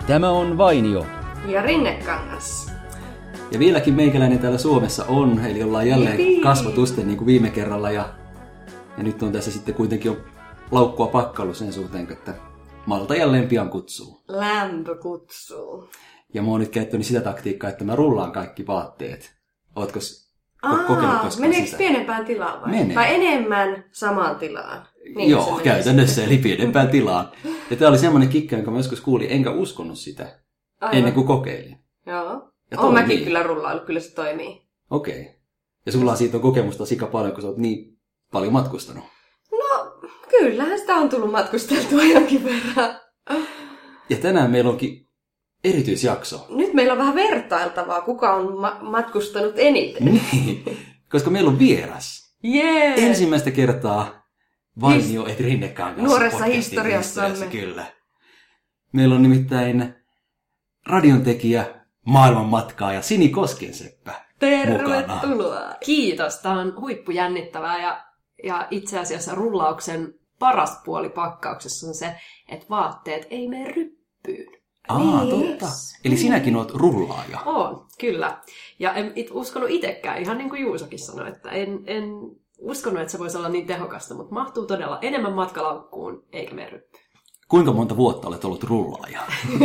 Tämä on Vainio. Ja Rinnekangas. Ja vieläkin meikäläinen täällä Suomessa on, eli ollaan jälleen kasvotusten niin kuin viime kerralla. Ja nyt on tässä sitten kuitenkin jo laukkua pakkailu sen suhteen, että Malta jälleen pian kutsuu. Lämpö kutsuu. Ja mä oon nyt käyttänyt sitä taktiikkaa, että mä rullaan kaikki vaatteet. Ootko kokenut koskaan meneekö sitä? pienempään tilaan vai? Menee. Vai enemmän samaan tilaan? Niin, joo, käytännössä, eli pienempään tilaan. Ja tää oli semmoinen kikka, jonka mä joskus kuulin, enkä uskonut sitä ennen kuin kokeilin. Joo. Ja Oon mäkin toimii. kyllä rullaillut, kyllä se toimii. Okei. Ja sulla siitä on kokemusta sika paljon, kun sä oot niin paljon matkustanut. No, kyllähän sitä on tullut matkusteltua jonkin verran. Ja tänään meillä onkin erityisjakso. Nyt meillä on vähän vertailtavaa, kuka on matkustanut eniten. Niin, koska meillä on vieras. Jee! Ensimmäistä kertaa Vainio et Rinnekangas Nuoressa podcastin historiassamme. Kyllä. Meillä on nimittäin radiontekijä, maailmanmatkaaja Sini Koskenseppä Tervetuloa! mukana. Kiitos, tämä on huippujännittävää ja itse asiassa rullauksen paras puoli pakkauksessa on se, että vaatteet ei mene ryppyyn. Totta. Eli sinäkin oot rullaaja. On, kyllä. Ja en uskonut itsekään, ihan niin kuin Juusokin sanoi, että en uskonut, että se voisi olla niin tehokasta, mutta mahtuu todella enemmän matkalaukkuun eikä mene ryppyyn. Kuinka monta vuotta olet ollut rullaaja?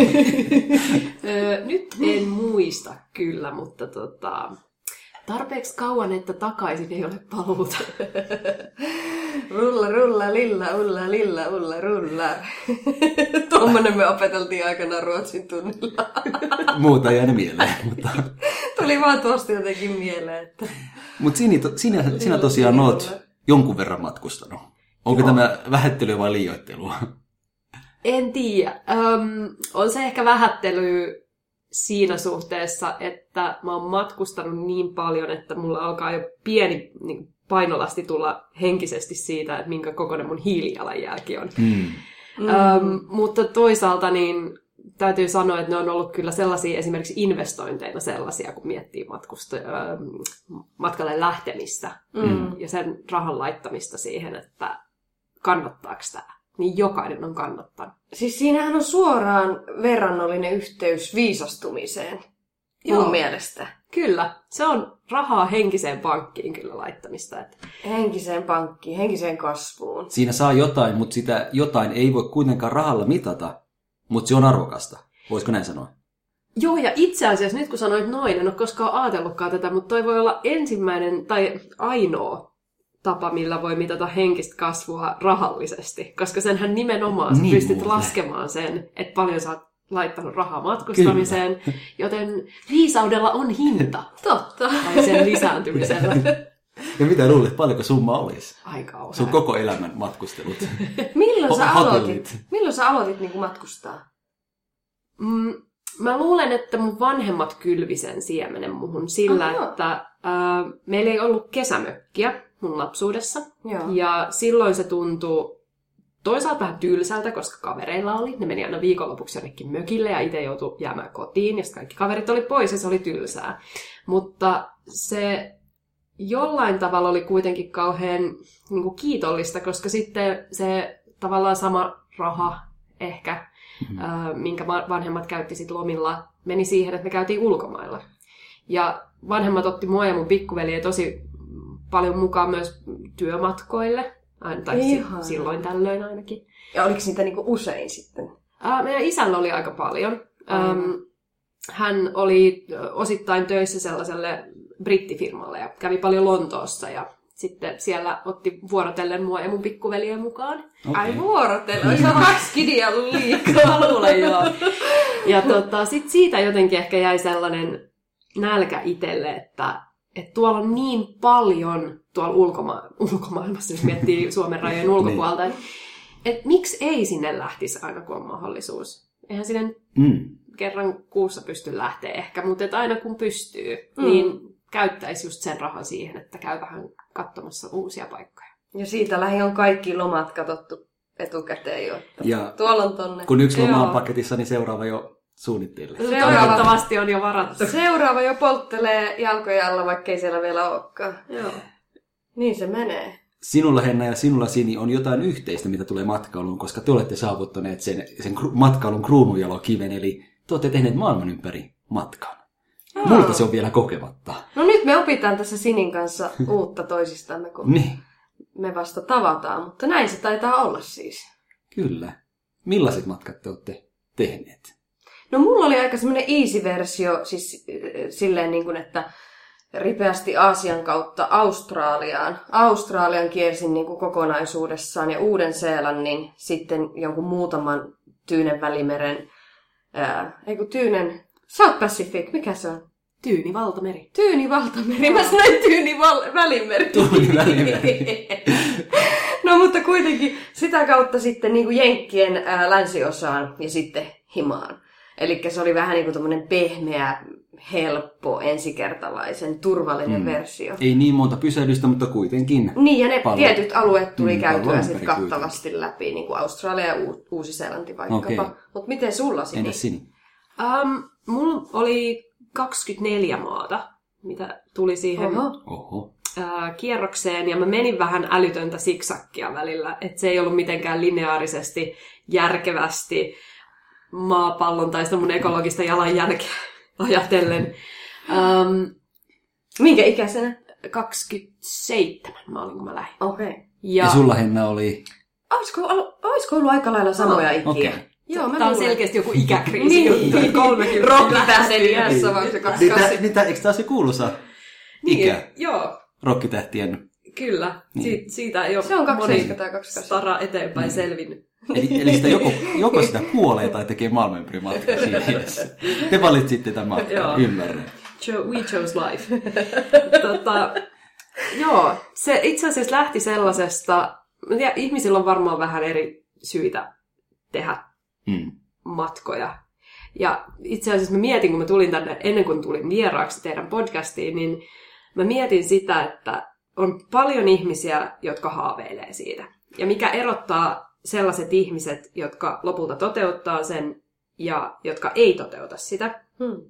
Nyt en muista kyllä, mutta tarpeeksi kauan, että takaisin ei ole paluuta. Rulla, rulla, lilla, ulla, lilla, ulla, rulla. Tuommoinen me opeteltiin aikanaan ruotsin tunnilla. Muuta ei jäänyt mieleen. Mutta Tuli vaan tuosta jotenkin mieleen, että... Mutta sinä tosiaan oot jonkun verran matkustanut. Onko tämä vähättelyä vai liioittelua? En tiedä. On se ehkä vähättely siinä suhteessa, että mä oon matkustanut niin paljon, että mulla alkaa jo pieni niin painolasti tulla henkisesti siitä, että minkä kokoinen mun hiilijalanjälki on. Mutta toisaalta niin täytyy sanoa, että ne on ollut kyllä sellaisia esimerkiksi investointeina sellaisia, kun miettii matkalle lähtemistä ja sen rahan laittamista siihen, että kannattaako tämä. Niin jokainen on kannattanut. Siis siinähän on suoraan verrannollinen yhteys viisastumiseen, mun mielestä. Kyllä, se on rahaa henkiseen pankkiin kyllä laittamista. Että... Henkiseen pankkiin, henkiseen kasvuun. Siinä saa jotain, mutta sitä jotain ei voi kuitenkaan rahalla mitata, mutta se on arvokasta. Voisiko näin sanoa? Joo, ja itse asiassa nyt kun sanoit noin, en ole koskaan ajatellutkaan tätä, mutta toi voi olla ensimmäinen tai ainoa tapa, millä voi mitata henkistä kasvua rahallisesti. Koska senhän nimenomaan sä pystyt laskemaan sen, että paljon sä oot laittanut rahaa matkustamiseen, kyllä. Joten viisaudella on hinta. Totta. Tai sen lisääntymisellä. Ja mitä luulet, paljonko summa olisi? Aika kauhean. Sun koko elämän matkustelut. Milloin sä aloitit niin kuin matkustaa? Mä luulen, että mun vanhemmat kylvi sen siemenen muhun sillä, että meillä ei ollut kesämökkiä mun lapsuudessa. Joo. Ja silloin se tuntui toisaalta vähän tylsältä, koska kavereilla oli. Ne meni aina viikonlopuksi jonnekin mökille ja itse joutui jäämään kotiin. Ja kaikki kaverit oli pois ja se oli tylsää. Mutta se jollain tavalla oli kuitenkin kauhean niin kuin kiitollista, koska sitten se tavallaan sama raha ehkä, minkä vanhemmat käytti sit lomilla, meni siihen, että me käytiin ulkomailla. Ja vanhemmat otti mua ja mun pikkuveliä tosi paljon mukaan myös työmatkoille, tai silloin tällöin ainakin. Ja oliko niitä niinku usein sitten? Meidän isällä oli aika paljon. Hän oli osittain töissä sellaiselle brittifirmalle ja kävi paljon Lontoossa ja sitten siellä otti vuorotellen mua ja mun pikkuveliä mukaan. Okay. Ai vuorotellen? Olisi 2 kidia ollut liikaa. Mä luulen, joo. Ja sitten siitä jotenkin ehkä jäi sellainen nälkä itselle, että tuolla on niin paljon tuolla ulkomaailmassa, jos miettii Suomen rajojen ulkopuolelta, että miksi ei sinne lähtisi aina, kun on mahdollisuus. Eihän sinne kerran kuussa pysty lähteä ehkä, mutta että aina kun pystyy, niin käyttäisi just sen rahan siihen, että käy vähän katsomassa uusia paikkoja. Ja siitä lähi on kaikki lomat katsottu etukäteen jo. Ja tuolla on tonne. Kun yksi loma on paketissa, niin seuraava jo suunnitteille. Toivottavasti on jo varattu. Seuraava jo polttelee jalkoja alla, vaikka ei siellä vielä olekaan. Joo. Niin se menee. Sinulla, Henna, ja sinulla, Sini, on jotain yhteistä, mitä tulee matkailuun, koska te olette saavuttaneet sen matkailun kruununjalokiven, eli te olette tehneet maailman ympäri matkan. Multa se on vielä kokematta. No nyt me opitaan tässä Sinin kanssa uutta toisistamme, kun Niin, me vasta tavataan, mutta näin se taitaa olla siis. kyllä. Millaiset matkat te olette tehneet? No mulla oli aika semmoinen easy-versio, siis silleen niin kuin, että ripeästi Aasian kautta Australiaan. Australian kiersin niin kuin kokonaisuudessaan ja Uuden-Seelannin sitten jonkun muutaman Tyynen välimeren, Tyynen, South Pacific, mikä se on? Tyyni valtameri. Tyyni valtameri, mä sanoin Tyyni välimeri. Tyyni välimeri. No mutta kuitenkin sitä kautta sitten niin kuin Jenkkien länsiosaan ja sitten Himaan. Eli se oli vähän niin kuin tommoinen pehmeä, helppo, ensikertalaisen, turvallinen versio. Ei niin monta pysähdystä, mutta kuitenkin. Niin, ja ne tietyt alueet tuli käytyä sitten kattavasti kuitenkin läpi, niin kuin Australia ja Uusi-Seelanti vaikkapa. Okei. Mutta miten sulla Sini? Entäs Sini? Mulla oli 24 maata, mitä tuli siihen Oho. kierrokseen, ja mä menin vähän älytöntä siksakkia välillä, että se ei ollut mitenkään lineaarisesti, järkevästi maapallon tai sitä mun ekologista jalanjälkeä ajatellen. Minkä ikäisenä? 27 mä olin, kun mä lähdin. Okei. Ja sulla, Henna, oli... Olisiko ollut aika lailla samoja ikiä? okei. Joo, mä Tää on luulen. selkeästi joku ikäkriisi juttu, että 30 Rokkitähden iässä, vai se 28? Eikö tämä se kuuluisa ikä? Joo, Rokkitähtien. kyllä. Niin. Siitä ei ole Se on 27 moni tai 28. stara eteenpäin selvinnyt. Eli sitä joko sitä kuolee tai tekee maailman ympäri matkaa siinä mielessä. Te valitsitte tämän matkan, Joo. ymmärrän. We chose life. Joo, se itse asiassa lähti sellaisesta, ja ihmisillä on varmaan vähän eri syitä tehdä matkoja. Ja itse asiassa mä mietin, kun mä tulin tänne, ennen kuin tulin vieraaksi teidän podcastiin, niin mä mietin sitä, että on paljon ihmisiä, jotka haaveilee siitä. Ja mikä erottaa sellaiset ihmiset, jotka lopulta toteuttaa sen ja jotka ei toteuta sitä,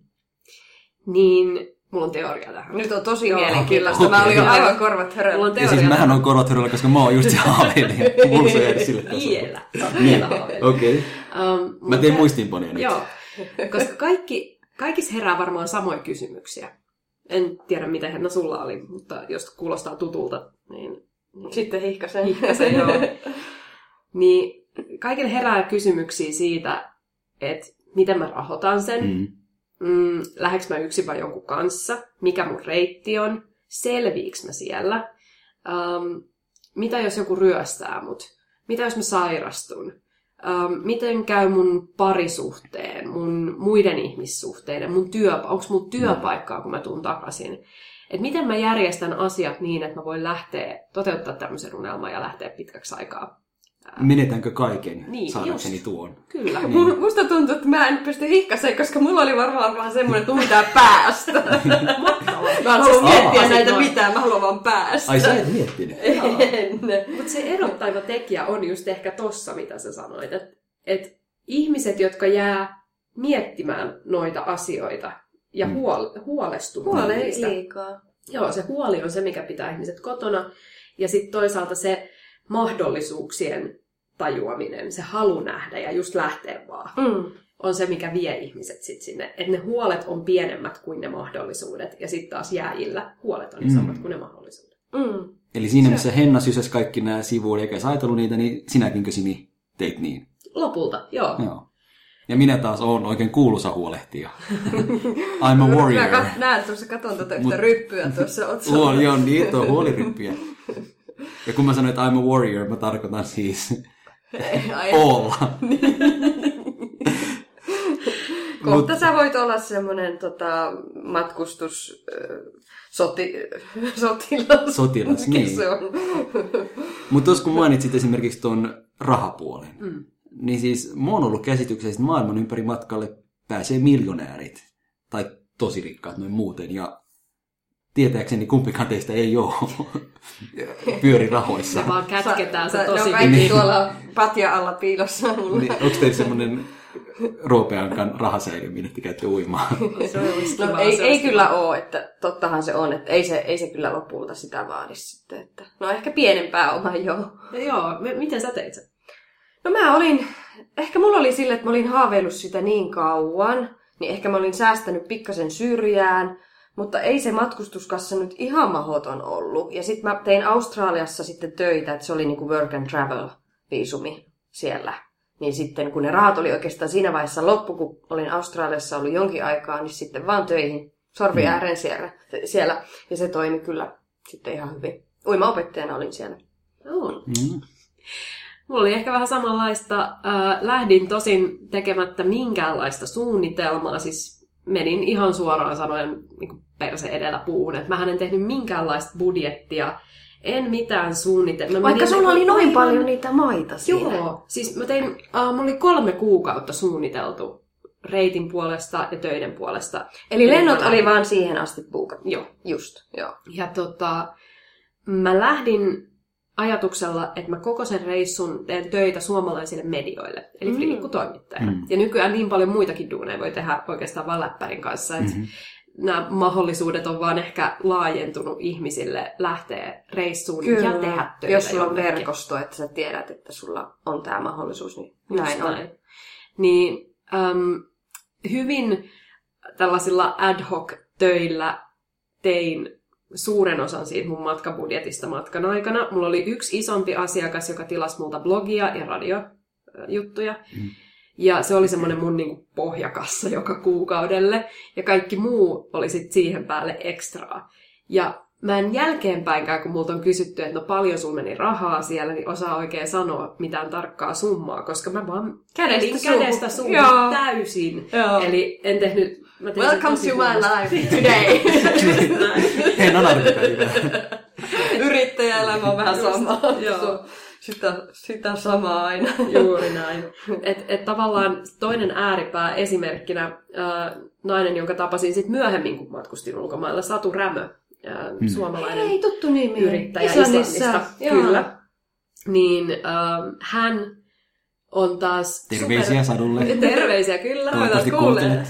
niin mulla on teoria tähän. Nyt on tosi Joo, mielenkiintoista. okei. Mä olin jo aivan korvat höröllä. Mulla on Ja teoria siis mähän tähän. on korvat höröllä, koska mä oon just se haaveilija. Mulla se on jäänyt sille tasolle. Vielä. Vielä haaveilija. Okei. Mä teen muistiinpanoja nyt. Joo, koska kaikissa herää varmaan samoja kysymyksiä. En tiedä, mitä Henna sulla oli, mutta jos kuulostaa tutulta, niin Sitten hihkasen. hihkasen, joo. Niin kaikille herää kysymyksiä siitä, että miten mä rahoitan sen, lähdekö mä yksin vai jonkun kanssa, mikä mun reitti on, selviiks mä siellä, mitä jos joku ryöstää mut, mitä jos mä sairastun, miten käy mun parisuhteen, mun muiden ihmissuhteiden, onko mun työpaikkaa, kun mä tuun takaisin. Että miten mä järjestän asiat niin, että mä voin lähteä toteuttaa tämmöisen unelman ja lähteä pitkäksi aikaa. Menetäänkö kaiken Niin, saadakseni just. tuon? Kyllä. Musta tuntuu, että mä en pysty hihkaseen, koska mulla oli varmaan vaan semmoinen, että mun pitää päästä. Mä en halua miettiä näitä mitään, mä haluan vaan päästä. Ai sä et miettinyt? Mutta se erottava tekijä on just ehkä tossa, mitä sä sanoit. Että ihmiset, jotka jää miettimään noita asioita ja huolestumaan Huolee niistä. liikaa. Joo, se huoli on se, mikä pitää ihmiset kotona. Ja sitten toisaalta se mahdollisuuksien tajuaminen, se halu nähdä ja just lähteä vaan, on se, mikä vie ihmiset sit sinne. Että ne huolet on pienemmät kuin ne mahdollisuudet. Ja sitten taas jääjillä huolet on isommat kuin ne mahdollisuudet. Eli siinä missä Henna sysäsi kaikki nämä sivuun eikä sä ajatellut niitä, niin sinäkinkö Sini teit niin? Lopulta, joo. Joo. Ja minä taas oon oikein kuuluisa huolehtija. I'm a warrior. Mä näen tuossa, katon tätä yhtä ryppyä tuossa otsalla. Joo, niitä on huoliryppiä. Ja kun mä sanoin, että I'm a warrior, mä tarkoitan siis olla. Kohta sä voit olla semmonen matkustus... sotilas. Sotilas, Mikä niin. se on? Mutta tuossa kun mainitsit esimerkiksi tuon rahapuolen, niin siis mä oon ollut käsityksessä, että maailman ympäri matkalle pääsee miljonäärit. Tai tosi rikkaat noin muuten. Ja tietääkseni kumpikaan teistä ei ole pyöri rahoissa. Me vaan kätketään se Ne tosi on kaikki Niin. tuolla patja alla piilossa mulla. Niin, onko teillä semmoinen Roopeankan rahasäiliö, minne te käytte uimaan? No, ei kyllä ole, että tottahan se on, että ei se kyllä lopulta sitä vaadi sitten. Että, no ehkä pienempää oma joo. Joo, miten sä teit sen? No ehkä mulla oli sille, että mä olin haaveillut sitä niin kauan, niin ehkä mä olin säästänyt pikkasen syrjään, mutta ei se matkustuskassa nyt ihan mahdoton ollut. Ja sitten mä tein Australiassa sitten töitä, että se oli niinku work and travel viisumi siellä. Niin sitten kun ne rahat oli oikeastaan siinä vaiheessa loppu, kun olin Australiassa ollut jonkin aikaa, niin sitten vaan töihin sorvi ääreen siellä. Ja se toimi kyllä sitten ihan hyvin. Uimaopettajana olin siellä. Mulla oli ehkä vähän samanlaista. Lähdin tosin tekemättä minkäänlaista suunnitelmaa, siis menin ihan suoraan sanoen niin perse edellä puuhun. Että mähän en tehnyt minkäänlaista budjettia, en mitään suunnitelmaa. Vaikka sulla oli noin paljon niitä maita siinä. Joo, siis mä tein, mulla oli 3 kuukautta suunniteltu reitin puolesta ja töiden puolesta. Eli lennot oli vaan siihen asti buukattu? Joo. Just, joo. Ja mä lähdin ajatuksella, että mä koko sen reissun teen töitä suomalaisille medioille, eli friikkutoimittajana. Ja nykyään niin paljon muitakin duuneja voi tehdä oikeastaan vaan läppärin kanssa, että nämä mahdollisuudet on vaan ehkä laajentunut ihmisille lähteä reissuun ja tehdä töitä. Jos sulla on verkosto, että sä tiedät, että sulla on tämä mahdollisuus, niin näin on. Niin hyvin tällaisilla ad hoc töillä tein suuren osan siitä mun matkabudjetista matkan aikana. Mulla oli yksi isompi asiakas, joka tilasi multa blogia ja radiojuttuja. Ja se oli semmoinen mun niinku pohjakassa joka kuukaudelle. Ja kaikki muu oli sit siihen päälle ekstraa. Ja mä en jälkeenpäinkään, kun multa on kysytty, että no paljon sulla meni rahaa siellä, niin osaa oikein sanoa mitään tarkkaa summaa, koska mä vaan kädestä suuhun täysin. Joo. Eli en tehnyt... Welcome to my life today! En anarkipäivää. Yrittäjäelämä on vähän sama. Sitä samaa aina. Juuri näin. Et tavallaan toinen ääripää esimerkkinä nainen, jonka tapasin sit myöhemmin, kun matkustin ulkomailla, Satu Rämö, suomalainen tuttu nimi. Yrittäjä Islannista. Kyllä. Niin hän on taas... Terveisiä Sadulle. Terveisiä, kyllä. Toivottavasti kuuntelet.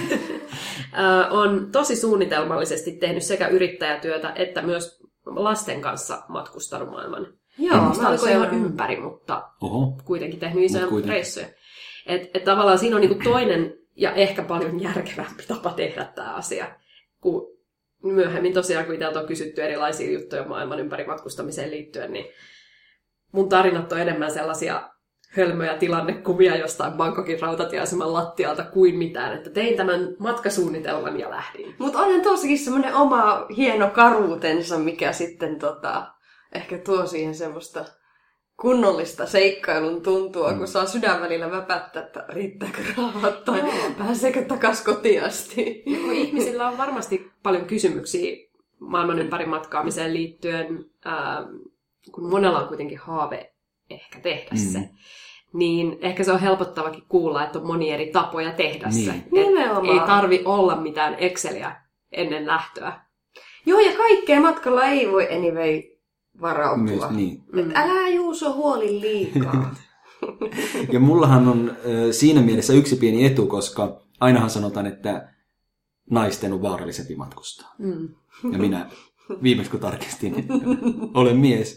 On tosi suunnitelmallisesti tehnyt sekä yrittäjätyötä että myös lasten kanssa matkustanut maailman. Joo, mä olen ihan ympäri, mutta kuitenkin tehnyt isoja reissuja. Et tavallaan siinä on niinku toinen ja ehkä paljon järkevämpi tapa tehdä tämä asia. Kun myöhemmin tosiaan, kun itseltä on kysytty erilaisia juttuja maailman ympäri matkustamiseen liittyen, niin mun tarinat on enemmän sellaisia hölmöjä tilannekuvia jostain Bangkokin rautatieaseman lattialta kuin mitään, että tein tämän matkasuunnitelman ja lähdin. Mutta onhan tossakin semmoinen oma hieno karuutensa, mikä sitten ehkä tuo siihen semmoista kunnollista seikkailun tuntua, kun saa sydän välillä väpättää, että riittääkö rahat tai pääseekö takas kotiin asti. Ihmisillä on varmasti paljon kysymyksiä maailman ympäri matkaamiseen liittyen, kun monella on kuitenkin haave ehkä tehdä se. Niin ehkä se on helpottavakin kuulla, että on monia eri tapoja tehdä se. Ei tarvi olla mitään Exceliä ennen lähtöä. Joo, ja kaikkea matkalla ei voi anyway varautua. Myös, niin. Älä Juuso huoli liikaa. Ja mullahan on siinä mielessä yksi pieni etu, koska ainahan sanotaan, että naisten on vaarallisempi matkustaa. Ja minä viimeksi kun tarkistin, olen mies.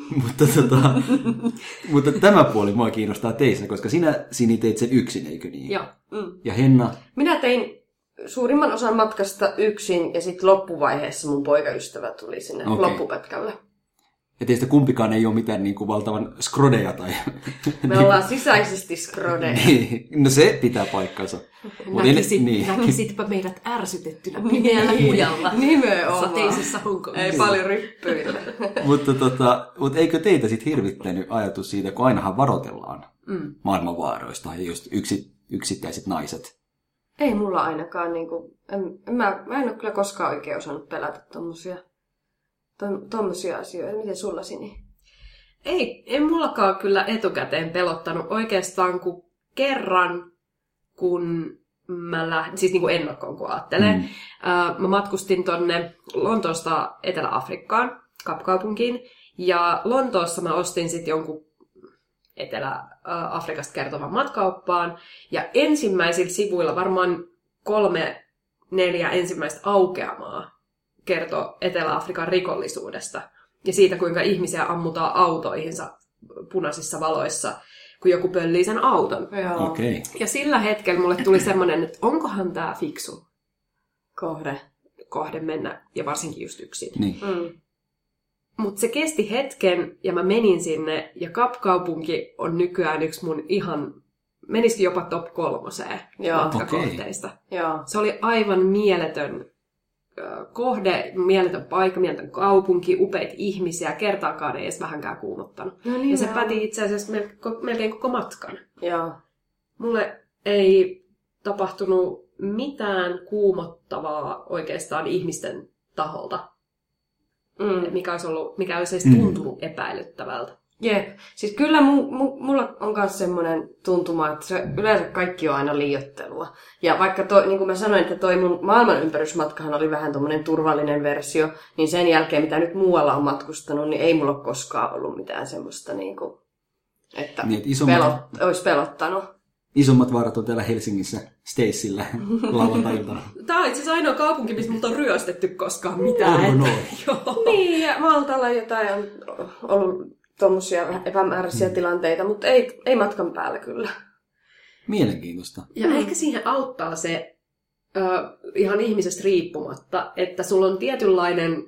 Mutta tämä puoli mua kiinnostaa teissä, koska sinä Sini teit sen yksin, eikö niin? Joo. Ja Henna? Minä tein suurimman osan matkasta yksin ja sitten loppuvaiheessa mun poikaystävä tuli sinne loppupätkälle. Ja teistä kumpikaan ei ole mitään niin kuin valtavan skrodeja tai... Me ollaan sisäisesti skrodeja. No se pitää paikkansa. Näkisitpä meidät ärsytettynä pimeällä kujalla. Nimenomaan. Sateisessa Hongkongissa. Ei paljon ryppyillä. Mutta eikö teitä sitten hirvittänyt ajatus siitä, kun ainahan varoitellaan maailmanvaaroista ja just yksittäiset naiset? Ei mulla ainakaan. Mä en ole kyllä koskaan oikein osannut pelätä tommosia asioita. Miten sulla, Sini? Ei mullakaan kyllä etukäteen pelottanut oikeastaan kuin kerran, kun mä lähdin, siis niin kuin ennakkoon kun ajattelee. Mä matkustin tonne Lontoosta Etelä-Afrikkaan, Kapkaupunkiin, ja Lontoossa mä ostin sitten jonkun Etelä-Afrikasta kertovan matkaoppaan, ja ensimmäisillä sivuilla varmaan 3-4 ensimmäistä aukeamaa kertoo Etelä-Afrikan rikollisuudesta ja siitä, kuinka ihmisiä ammutaan autoihinsa punaisissa valoissa, kun joku pöllii sen auton. Okei. Ja sillä hetkellä mulle tuli semmoinen, että onkohan tämä fiksu kohde mennä, ja varsinkin just yksin. Niin. Mutta se kesti hetken, ja mä menin sinne, ja Kapkaupunki on nykyään yksi mun ihan, menisikin jopa top 3 matkakohteista. Joo. Se oli aivan mieletön kohde, mieletön paikka, mieletön kaupunki, upeita ihmisiä, kertaakaan ei edes vähänkään kuumottanut. No niin, ja se päti itse asiassa melkein koko matkan. Joo. Mulle ei tapahtunut mitään kuumottavaa oikeastaan ihmisten taholta, mikä olisi edes tuntunut epäilyttävältä. Jep. Siis kyllä mulla on myös semmoinen tuntuma, että yleensä kaikki on aina liioittelua. Ja vaikka niin kuin mä sanoin, että toi mun maailmanympärysmatkahan oli vähän tommonen turvallinen versio, niin sen jälkeen, mitä nyt muualla on matkustanut, niin ei mulla ole koskaan ollut mitään semmoista, että niin, olisi pelottanut. Isommat vaarat on täällä Helsingissä, Stacella, lauantai-iltana. Tämä on itse asiassa ainoa kaupunki, missä multa on ryöstetty koskaan mitään. Joo. Niin, ja Maltalla jotain on ollut tuommoisia epämääräisiä tilanteita, mutta ei matkan päällä kyllä. Mielenkiintoista. Ja ehkä siihen auttaa se ihan ihmisestä riippumatta, että sulla on tietynlainen,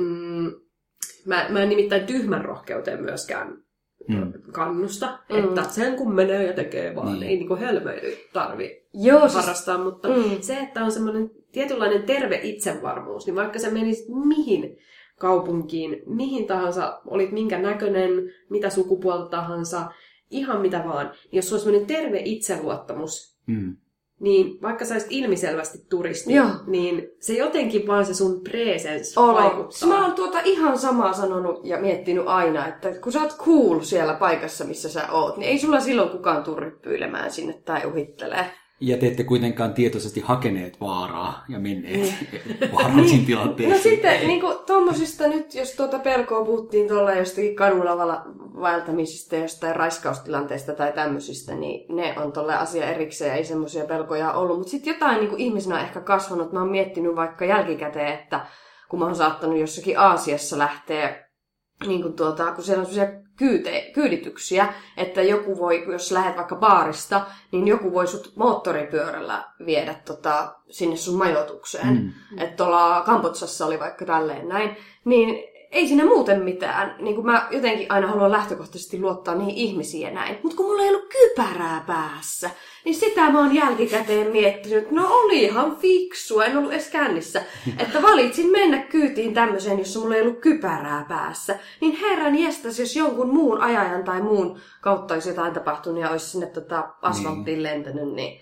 mä en nimittäin tyhmän rohkeuteen myöskään kannusta, että sen kun menee ja tekee vaan, ei niinku hölmöily tarvi harrastaa, mutta se, että on semmoinen tietynlainen terve itsevarmuus, niin vaikka sä menisit mihin kaupunkiin, mihin tahansa, olit minkä näköinen, mitä sukupuolta tahansa, ihan mitä vaan, niin jos sulla on semmoinen terve itseluottamus, niin vaikka sä olisit ilmiselvästi turisti, niin se jotenkin vaan se sun presence vaikuttaa. Mä oon ihan samaa sanonut ja miettinyt aina, että kun sä oot cool siellä paikassa, missä sä oot, niin ei sulla silloin kukaan tuu ryppyilemään sinne tai uhittelee. Ja te ette kuitenkaan tietoisesti hakeneet vaaraa ja menneet vaarallisiin tilanteisiin. No sitten niin tuommoisista nyt, jos pelkoa puhuttiin tuolla jostakin kadulla vaeltamisista, jostain raiskaustilanteista tai tämmöisistä, niin ne on tolle asia erikseen ja ei semmoisia pelkoja ollut. Mutta sitten jotain niin ihmisenä on ehkä kasvanut. Mä oon miettinyt vaikka jälkikäteen, että kun mä oon saattanut jossakin Aasiassa lähteä, niin kun siellä on semmoisia kyydityksiä, että joku voi, jos lähdet vaikka baarista, niin joku voi sut moottoripyörällä viedä sinne sun majoitukseen. Että tuolla Kambodsassa oli vaikka tälleen näin. Niin ei siinä muuten mitään. Niin kuin mä jotenkin aina haluan lähtökohtaisesti luottaa niihin ihmisiin ja näin. Mutta kun mulla ei ollut kypärää päässä, niin sitä mä oon jälkikäteen miettinyt. No oli ihan fiksua, en ollut edes kännissä. Että valitsin mennä kyytiin tämmöiseen, jossa mulla ei ollut kypärää päässä. Niin herran jestas, jos jonkun muun ajajan tai muun kautta olisi jotain tapahtunut ja olisi sinne asfalttiin lentänyt, niin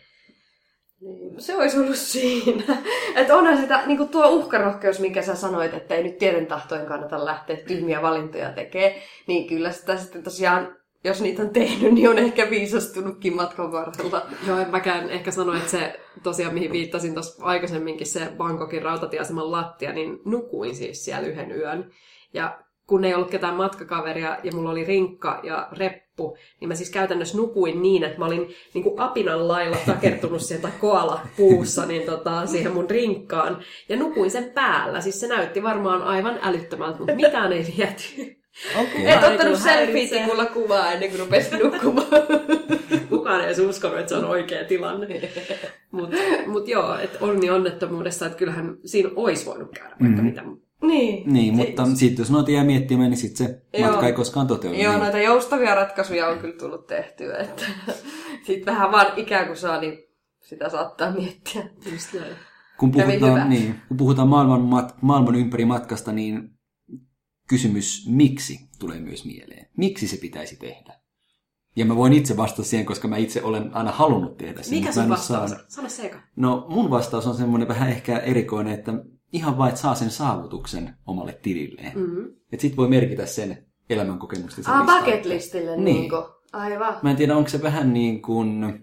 se olisi ollut siinä. Että onhan sitä, niin kuin tuo uhkarohkeus, minkä sä sanoit, että ei nyt tieten tahtoin kannata lähteä tyhmiä valintoja tekemään, niin kyllä sitä sitten tosiaan, jos niitä on tehnyt, niin on ehkä viisastunutkin matkan varrella. Joo, en mäkään ehkä sano, että se tosiaan, mihin viittasin tuossa aikaisemminkin, se Bangkokin rautatieaseman lattia, niin nukuin siis siellä yhden yön. Ja kun ei ollut ketään matkakaveria ja mulla oli rinkka ja reppu, niin mä siis käytännössä nukuin niin, että mä olin niin kuin apinan lailla takertunut sieltä koala-puussa niin siihen mun rinkkaan. Ja nukuin sen päällä. Siis se näytti varmaan aivan älyttömältä, mutta mitään ei viety. Okay. Et ottanut selfie-tikulla kuvaa ennen kuin rupesit nukkumaan. Kukaan ei edes uskonut, että se on oikea tilanne. Mut joo, että onni onnettomuudessa, että kyllähän siinä olisi voinut käydä vaikka mitä. Niin, mutta sitten jos noita jää miettimään, niin sitten se matka ei koskaan toteudu. Joo, noita joustavia ratkaisuja on kyllä tullut tehtyä. Että sitten vähän vaan ikään kuin saa, niin sitä saattaa miettiä. Kun puhutaan maailman ympäri matkasta, niin kysymys miksi tulee myös mieleen. Miksi se pitäisi tehdä? Ja mä voin itse vastata siihen, koska mä itse olen aina halunnut tehdä sen. Mikä sun vastaus on? Sano se eka. No mun vastaus on semmoinen vähän ehkä erikoinen, että ihan vaan, että saa sen saavutuksen omalle tililleen. Että sit voi merkitä sen elämänkokemusta. Bucket listille niin kuin. Aivan. Mä en tiedä, onko se vähän niin kuin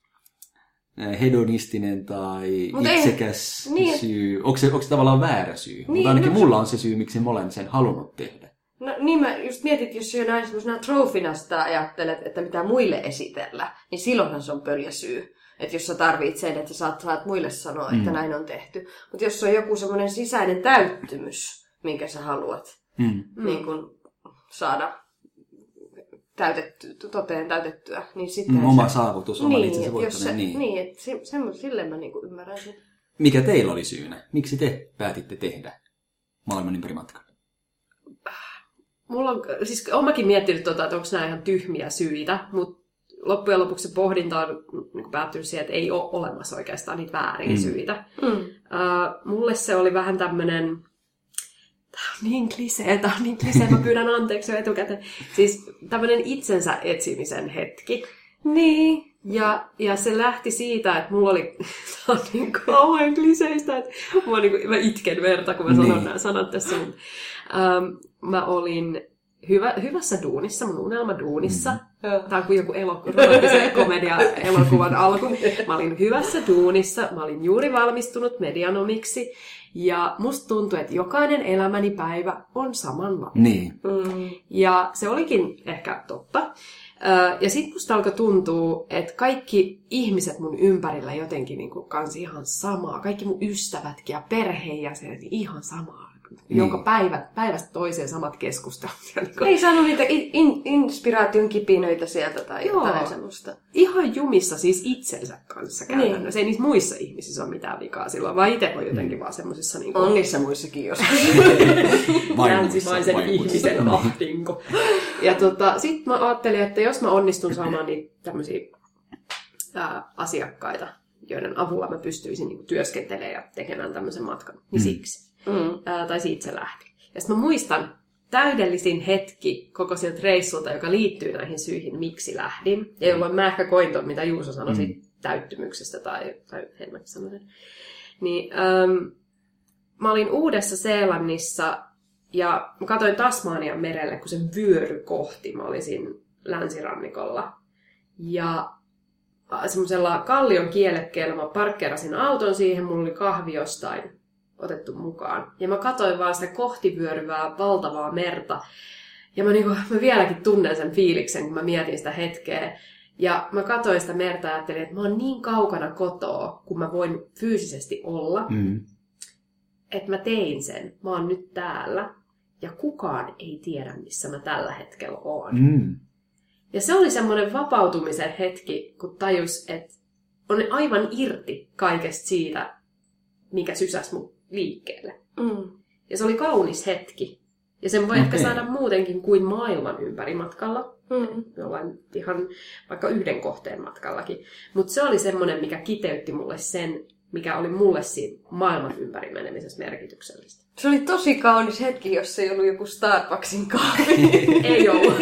hedonistinen tai itsekäs syy. Onko se tavallaan väärä syy? Mutta ainakin mulla on se syy, miksi mä olen sen halunnut tehdä. No niin mä just mietit, jos jo näin semmoisena trofina sitä ajattelet, että mitä muille esitellä, niin silloinhan se on pöljä syy. Että jos sä tarvit sen, että sä saat muille sanoa, että näin on tehty. Mutta jos on joku semmoinen sisäinen täyttymys, minkä sä haluat niin kun saada toteen täytettyä, niin sitten... Oma saavutus, oma itsensä voittaminen. Niin. Niin, että silleen mä niinku ymmärrän sen. Mikä teillä oli syynä? Miksi te päätitte tehdä maailman ympäri matkan? Mulla on, siis omakin miettinyt, että onko nämä ihan tyhmiä syitä, mutta loppujen lopuksi se pohdinta on niin päättynyt siihen, että ei ole olemassa oikeastaan niitä väärin syitä. Mulle se oli vähän tämmöinen, tämä on niin klisee, mä pyydän anteeksi jo etukäteen. Siis tämmöinen itsensä etsimisen hetki. Niin. Ja se lähti siitä, että mulla oli, tämä on niin kauhean kliseistä, että mä itken verta, kun mä sanon nämä sanat tässä. Mä olin hyvässä duunissa, mun unelmaduunissa. Tämä on kuin joku romanttisen komedia-elokuvan alku. Mä olin hyvässä duunissa, mä olin juuri valmistunut medianomiksi. Ja musta tuntui, että jokainen elämäni päivä on samanlainen. Niin. Ja se olikin ehkä totta. Ja sitten musta alkoi tuntua, että kaikki ihmiset mun ympärillä jotenkin niin kuin kansi ihan samaa. Kaikki mun ystävätkin ja perheenjäsenet ihan samaa. Niin. Joka päivästä toiseen samat keskustelut. Ei saanut niitä inspiraation kipinöitä sieltä tai jotain semmoista. Ihan jumissa siis itsensä kanssa käytännössä. Ei niissä muissa ihmisissä ole mitään vikaa silloin, vaan itse on jotenkin vaan semmosissa... Niin kuin... On niissä muissakin joskus. Länsimaisen ihmisen ahdinko. Ja sit mä ajattelin, että jos mä onnistun saamaan niitä tämmöisiä asiakkaita, joiden avulla mä pystyisin niin kuin työskentelemään ja tekemään tämmöisen matkan, niin siksi. Tai siitä se lähti. Ja sitten mä muistan täydellisin hetki koko siltä reissulta, joka liittyy näihin syihin, miksi lähdin. Ja jolloin mä ehkä koin ton, mitä Juuso sanoi siitä täyttymyksestä, tai Helmäkin sanoi sen. Niin, mä olin Uudessa-Seelannissa, ja mä katsoin Tasmanian merelle, kun se vyöry kohti. Mä olin siinä länsirannikolla. Ja semmoisella kallion kielekkeellä mä parkkeerasin auton siihen, mulla oli kahvi jostain otettu mukaan. Ja mä katsoin vaan sitä kohti vyöryvää valtavaa merta. Ja mä vieläkin tunnen sen fiiliksen, kun mä mietin sitä hetkeä. Ja mä katsoin sitä merta ja ajattelin, että mä oon niin kaukana kotoa, kun mä voin fyysisesti olla. Että mä tein sen. Mä oon nyt täällä. Ja kukaan ei tiedä, missä mä tällä hetkellä oon. Ja se oli semmoinen vapautumisen hetki, kun tajus, että on aivan irti kaikesta siitä, mikä sysäsi mun liikkeelle. Ja se oli kaunis hetki. Ja sen voi ehkä saada muutenkin kuin maailman ympäri matkalla. Jollain ihan vaikka yhden kohteen matkallakin. Mutta se oli semmoinen, mikä kiteytti mulle sen, mikä oli mulle siinä maailman ympäri menemisessä merkityksellistä. Se oli tosi kaunis hetki, jos ei ollut joku Starbucksin kahvi. Ei ollut.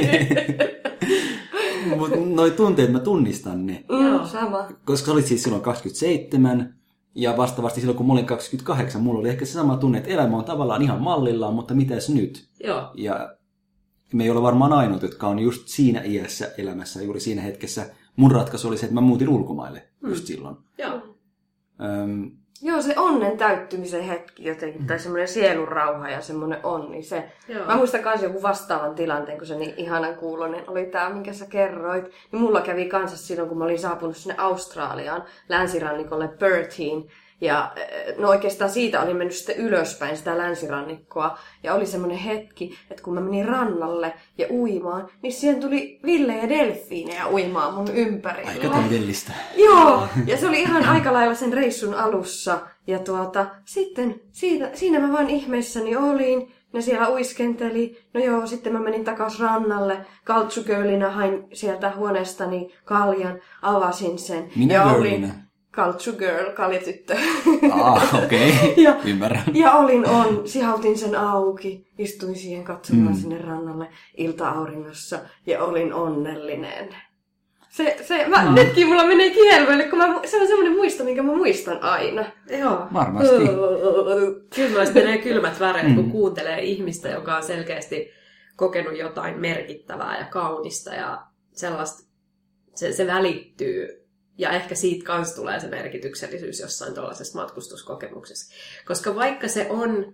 Mutta noi tunteet, mä tunnistan ne. Sama. Koska sä olit siis silloin 27, ja vastaavasti silloin kun mä olin 28, mulla oli ehkä se sama tunne, että elämä on tavallaan ihan mallillaan, mutta mitäs nyt? Joo. Ja me ei ole varmaan ainut, jotka on just siinä iässä elämässä, juuri siinä hetkessä. Mun ratkaisu oli se, että mä muutin ulkomaille just silloin. Joo. Joo, se onnen täyttymisen hetki jotenkin, tai semmoinen sielun rauha ja semmoinen onni. Mä muistan myös joku vastaavan tilanteen, kun se niin ihanan kuuloinen oli tämä, minkä sä kerroit. Niin mulla kävi kanssa silloin, kun mä olin saapunut sinne Australiaan, länsirannikolle Perthiin. Ja no oikeastaan siitä olin mennyt sitten ylöspäin sitä länsirannikkoa. Ja oli semmoinen hetki, että kun mä menin rannalle ja uimaan, niin siihen tuli villejä delfiinejä uimaan mun ympärillä. Aika täydellistä. Joo, ja se oli ihan aika lailla sen reissun alussa. Ja sitten siinä mä vaan ihmeessäni olin. Ne siellä uiskenteli. No joo, sitten mä menin takas rannalle. Kaltsugirlinä hain sieltä huoneestani kaljan, avasin sen. Minä girlinä? Culture girl, kaljatyttö. Okei. Ymmärrän. Ja sihautin sen auki, istuin siihen katsomaan sinne rannalle ilta-auringossa ja olin onnellinen. Nytkin mulla menee kielelle, kun se on semmoinen muisto, minkä mä muistan aina. Joo. Varmasti. Kyllä menee kylmät väreet, kun kuuntelee ihmistä, joka on selkeästi kokenut jotain merkittävää ja kaunista ja sellaista, se välittyy. Ja ehkä siitä kanssa tulee se merkityksellisyys jossain tuollaisessa matkustuskokemuksessa. Koska vaikka se on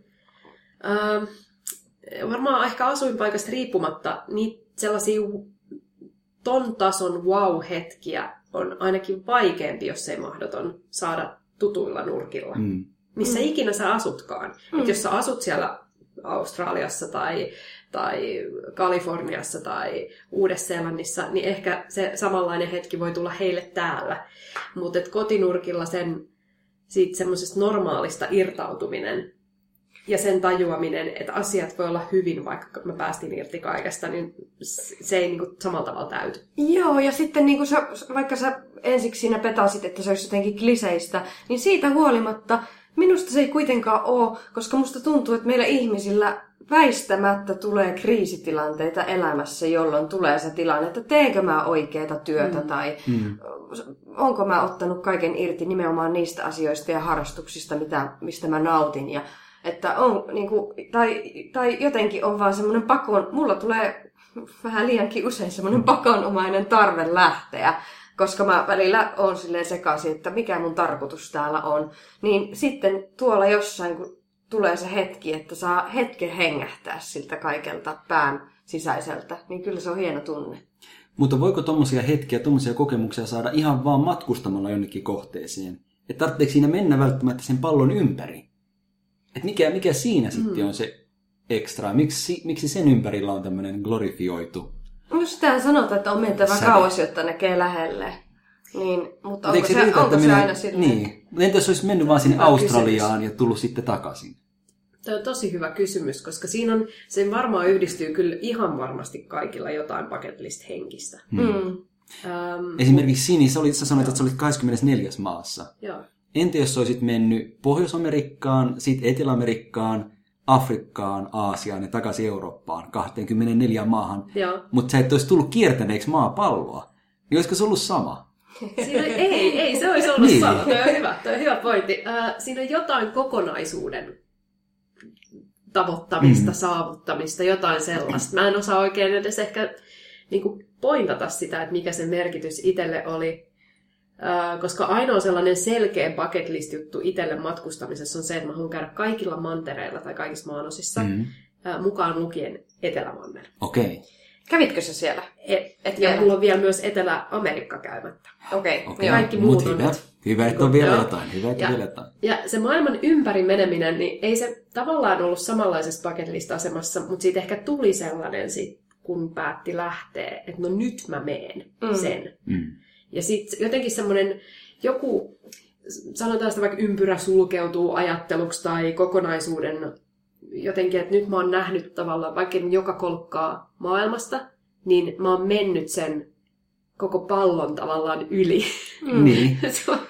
varmaan ehkä asuinpaikasta riippumatta, niin sellaisia ton tason wow-hetkiä on ainakin vaikeampi, jos ei mahdoton saada tutuilla nurkilla. Missä ikinä sä asutkaan. Että jos sä asut siellä Australiassa tai tai Kaliforniassa tai Uudessa-Seelannissa, niin ehkä se samanlainen hetki voi tulla heille täällä. Mutta kotinurkilla siitä semmoisesta normaalista irtautuminen ja sen tajuaminen, että asiat voi olla hyvin, vaikka me päästiin irti kaikesta, niin se ei niinku samalla tavalla täyty. Joo, ja sitten niinku vaikka sä ensiksi siinä petasit, että se olisi jotenkin kliseistä, niin siitä huolimatta minusta se ei kuitenkaan ole, koska musta tuntuu, että meillä ihmisillä väistämättä tulee kriisitilanteita elämässä, jolloin tulee se tilanne, että teenkö mä oikeaa työtä tai onko mä ottanut kaiken irti nimenomaan niistä asioista ja harrastuksista, mistä mä nautin. Ja että on, niin kuin, tai jotenkin on vaan semmoinen mulla tulee vähän liiankin usein semmoinen pakonomainen tarve lähteä, koska mä välillä oon silleen sekaisin, että mikä mun tarkoitus täällä on. Niin sitten tuolla jossain, kun tulee se hetki, että saa hetken hengähtää siltä kaikelta pään sisäiseltä, niin kyllä se on hieno tunne. Mutta voiko tommosia hetkiä, tommosia kokemuksia saada ihan vaan matkustamalla jonnekin kohteeseen? Että tarvitseeko siinä mennä välttämättä sen pallon ympäri? Että mikä siinä sitten on se ekstra? Miksi sen ympärillä on tämmöinen glorifioitu? No sitähän sanotaan, että on mentävä kauas, jotta näkee lähelle. Niin, mutta onko se aina silleen? Niin. Entä jos olisi mennyt vaan sinne Australiaan ja tullut sitten takaisin? Tämä on tosi hyvä kysymys, koska se varmaan yhdistyy kyllä ihan varmasti kaikilla jotain bucket list henkistä. Esimerkiksi sä sanoit, että sä olit 24. maassa. Joo. Entä jos olisit mennyt Pohjois-Amerikkaan, sitten Etelä-Amerikkaan, Afrikkaan, Aasiaan ja takaisin Eurooppaan, 24 maahan, mutta sä et olisi tullut kiertäneeksi maapalloa, niin olisiko se ollut sama? Ei, se olisi ollut sama. Tuo on hyvä pointti. Siinä on jotain kokonaisuuden tavoittamista, saavuttamista, jotain sellaista. Mä en osaa oikein edes ehkä niin kuin pointata sitä, että mikä se merkitys itselle oli. Koska ainoa sellainen selkeä bucket list juttu itselle matkustamisessa on se, että mä haluan käydä kaikilla mantereilla tai kaikissa maanosissa, mukaan lukien Etelämanner. Okei. Kävitkö sä siellä? Ja mulla on vielä myös Etelä-Amerikka käymättä. Okei. Kaikki muut on hyvä, että on vielä jotain. Ja se maailman ympäri meneminen, niin ei se tavallaan ollut samanlaisessa bucket list-asemassa, mutta siitä ehkä tuli sellainen, kun päätti lähteä, että no nyt mä meen sen. Ja sitten jotenkin semmoinen joku, sanotaan sitä vaikka ympyrä sulkeutuu ajatteluksi tai kokonaisuuden jotenkin, että nyt mä oon nähnyt tavallaan vaikka joka kolkkaa maailmasta, niin mä oon mennyt sen koko pallon tavallaan yli. Niin.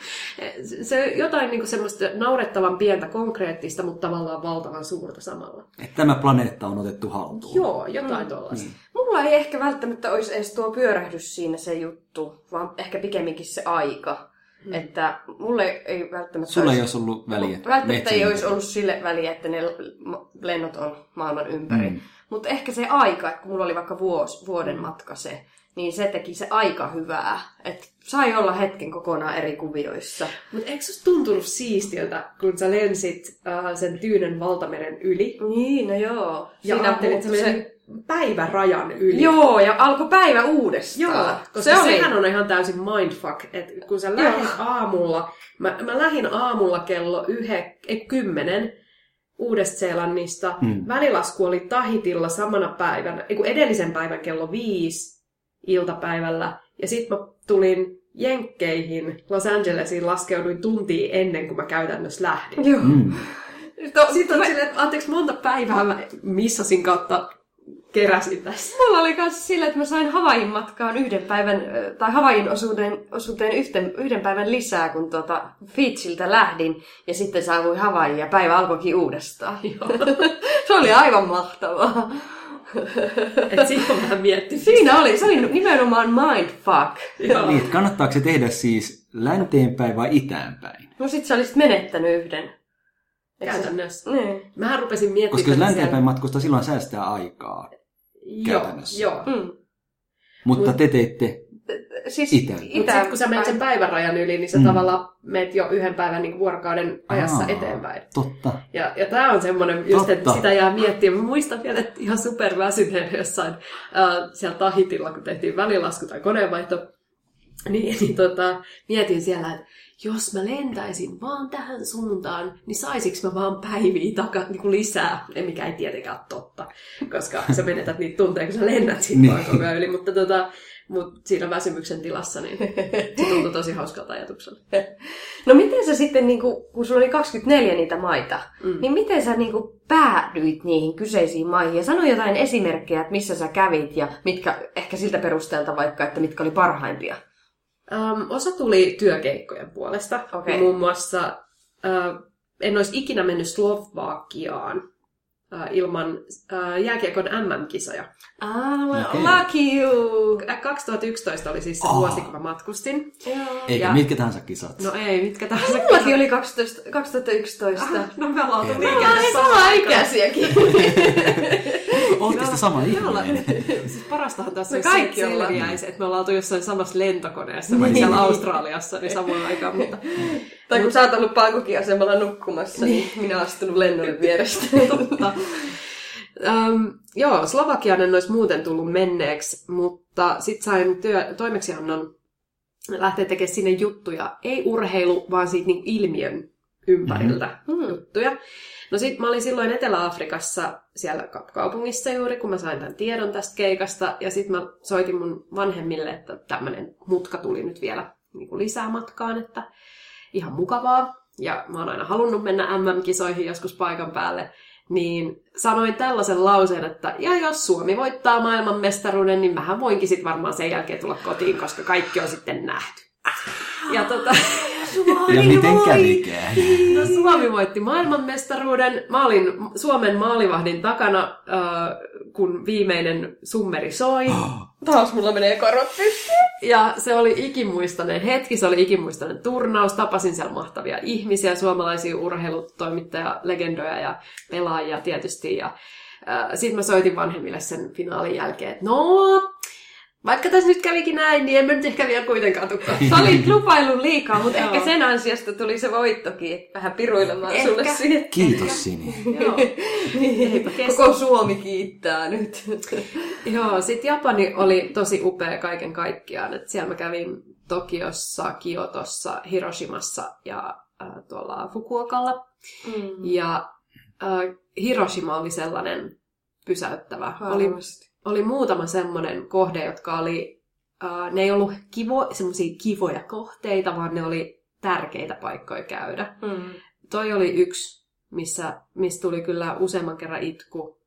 Se on jotain niin kuin semmoista naurettavan pientä konkreettista, mutta tavallaan valtavan suurta samalla. Että tämä planeetta on otettu haltuun. Joo, jotain tollaista. Niin. Mulla ei ehkä välttämättä olisi edes tuo pyörähdys siinä se juttu, vaan ehkä pikemminkin se aika. Että mulle ei välttämättä Sulla ei olisi ollut väliä. Välttämättä ei olisi ollut sille väliä, että ne lennot on maailman ympäri. Mutta ehkä se aika, että kun mulla oli vaikka vuoden matka se, niin se teki se aika hyvää. Että sai olla hetken kokonaan eri kuvioissa. Mutta eikö susta tuntunut siistiltä, kun sä lensit sen Tyynen valtameren yli? Niin, no joo. Ja ajattelit sen päivärajan yli. Joo, ja alkoi päivä uudestaan. Joo, koska sehän on ihan täysin mindfuck, että kun sä lähdit aamulla, mä lähdin aamulla kello 10 Uudesta-Seelannista, välilasku oli Tahitilla samana päivänä, edellisen päivän kello 5 iltapäivällä, ja sitten mä tulin Jenkkeihin, Los Angelesiin, laskeuduin tuntia ennen kuin mä käytännössä lähdin. Joo. Sitten on silleen, että anteeksi, monta päivää mä missasin kautta keräsin tässä. Mulla oli myös sillä, että mä sain Havaijin matkaan yhden päivän, tai Havaijin osuuteen yhden päivän lisää, kun Fitchiltä lähdin, ja sitten saavuin Havaijiin, ja päivä alkoikin uudestaan. Se oli aivan mahtavaa. Että siinä on vähän miettimistä. Se oli nimenomaan mindfuck. Niin, kannattaako se tehdä siis länteenpäin vai itäänpäin? No sit sä olisit menettänyt yhden. Käytännössä. Niin. Mähän rupesin miettimään. Koska jos länteenpäin matkustaa, silloin säästää aikaa. Käytännössä. Joo. Mutta te teitte siis itään. Mutta sitten kun sä menet sen päivärrajan yli, niin sä tavallaan menet jo yhden päivän niin vuorokauden ajassa eteenpäin. Totta. Ja tää on semmoinen, just, että sitä jää miettimään. Mä muistan vielä, että ihan superväsyneenä jossain siellä Tahitilla, kun tehtiin välilasku tai koneenvaihto. Niin, mietin siellä, että jos mä lentäisin vaan tähän suuntaan, niin saisinko mä vaan päiviä niin lisää? Mikä ei tietenkään ole totta, koska sä menetät niitä tunteja, kun sä lennät siitä vaan koko ajan yli. Mutta siinä väsymyksen tilassa, niin se tuntui tosi hauskalta ajatukselta. No miten sä sitten, kun sulla oli 24 niitä maita, niin miten sä päädyit niihin kyseisiin maihin? Ja sano jotain esimerkkejä, että missä sä kävit ja mitkä, ehkä siltä perusteelta vaikka, että mitkä oli parhaimpia. Osa tuli työkeikkojen puolesta. Okay. Muun muassa en olisi ikinä mennyt Slovakiaan ilman jääkiekon MM-kisoja. Lucky you! 2011 oli siis se vuosi, kun mä matkustin. Eikä mitkä tahansa kisat. No ei, mitkä tahansa kisat. Mullakin oli 2011. No me ollaan oltu sama ikäisiäkin. Ootte sitä sama ihminen. Siis parastahan tässä on se, että selviäisi, että me ollaan oltu jossain samassa lentokoneessa vai siellä Australiassa niin samaan aikaan. Mutta tai kun sä oot ollut Pankokin-asemalla nukkumassa, niin minä oon astunut lennolle vierestä. Totta. Slovakiaan en olisi muuten tullut menneeksi, mutta sit sain toimeksiannon lähteä tekemään sinne juttuja. Ei urheilu, vaan siitä niin ilmiön ympäriltä juttuja. No sit mä olin silloin Etelä-Afrikassa siellä kaupungissa juuri, kun mä sain tämän tiedon tästä keikasta. Ja sit mä soitin mun vanhemmille, että tämmönen mutka tuli nyt vielä lisää matkaan, että ihan mukavaa. Ja mä oon aina halunnut mennä MM-kisoihin joskus paikan päälle. Niin sanoin tällaisen lauseen, että ja jos Suomi voittaa maailmanmestaruuden, niin mähän voinkin sit varmaan sen jälkeen tulla kotiin, koska kaikki on sitten nähty. Ja ja miten kävikään? No Suomi voitti maailmanmestaruuden. Mä olin Suomen maalivahdin takana, kun viimeinen summeri soi. Taas mulla menee korvat pystyyn. Ja se oli ikimuistainen hetki, se oli ikimuistainen turnaus. Tapasin siellä mahtavia ihmisiä, suomalaisia urheilutoimittajia, legendoja ja pelaajia tietysti. Ja sitten mä soitin vanhemmille sen finaalin jälkeen, että vaikka tässä nyt kävikin näin, niin en mä nyt ehkä vielä kuitenkaan tukkaa. Sä olit lupaillut liikaa, mutta ehkä sen ansiosta tuli se voittokin, että vähän piruilemaan sulle siihen. Kiitos Sini. Koko Suomi kiittää nyt. Joo, sit Japani oli tosi upea kaiken kaikkiaan. Et siellä mä kävin Tokiossa, Kiotossa, Hiroshimassa ja tuolla Fukuokalla. Ja Hiroshima oli sellainen pysäyttävä. Oli muutama semmoinen kohde, jotka oli, ne ei ollut semmoisia kivoja kohteita, vaan ne oli tärkeitä paikkoja käydä. Toi oli yksi, missä tuli kyllä useamman kerran itku.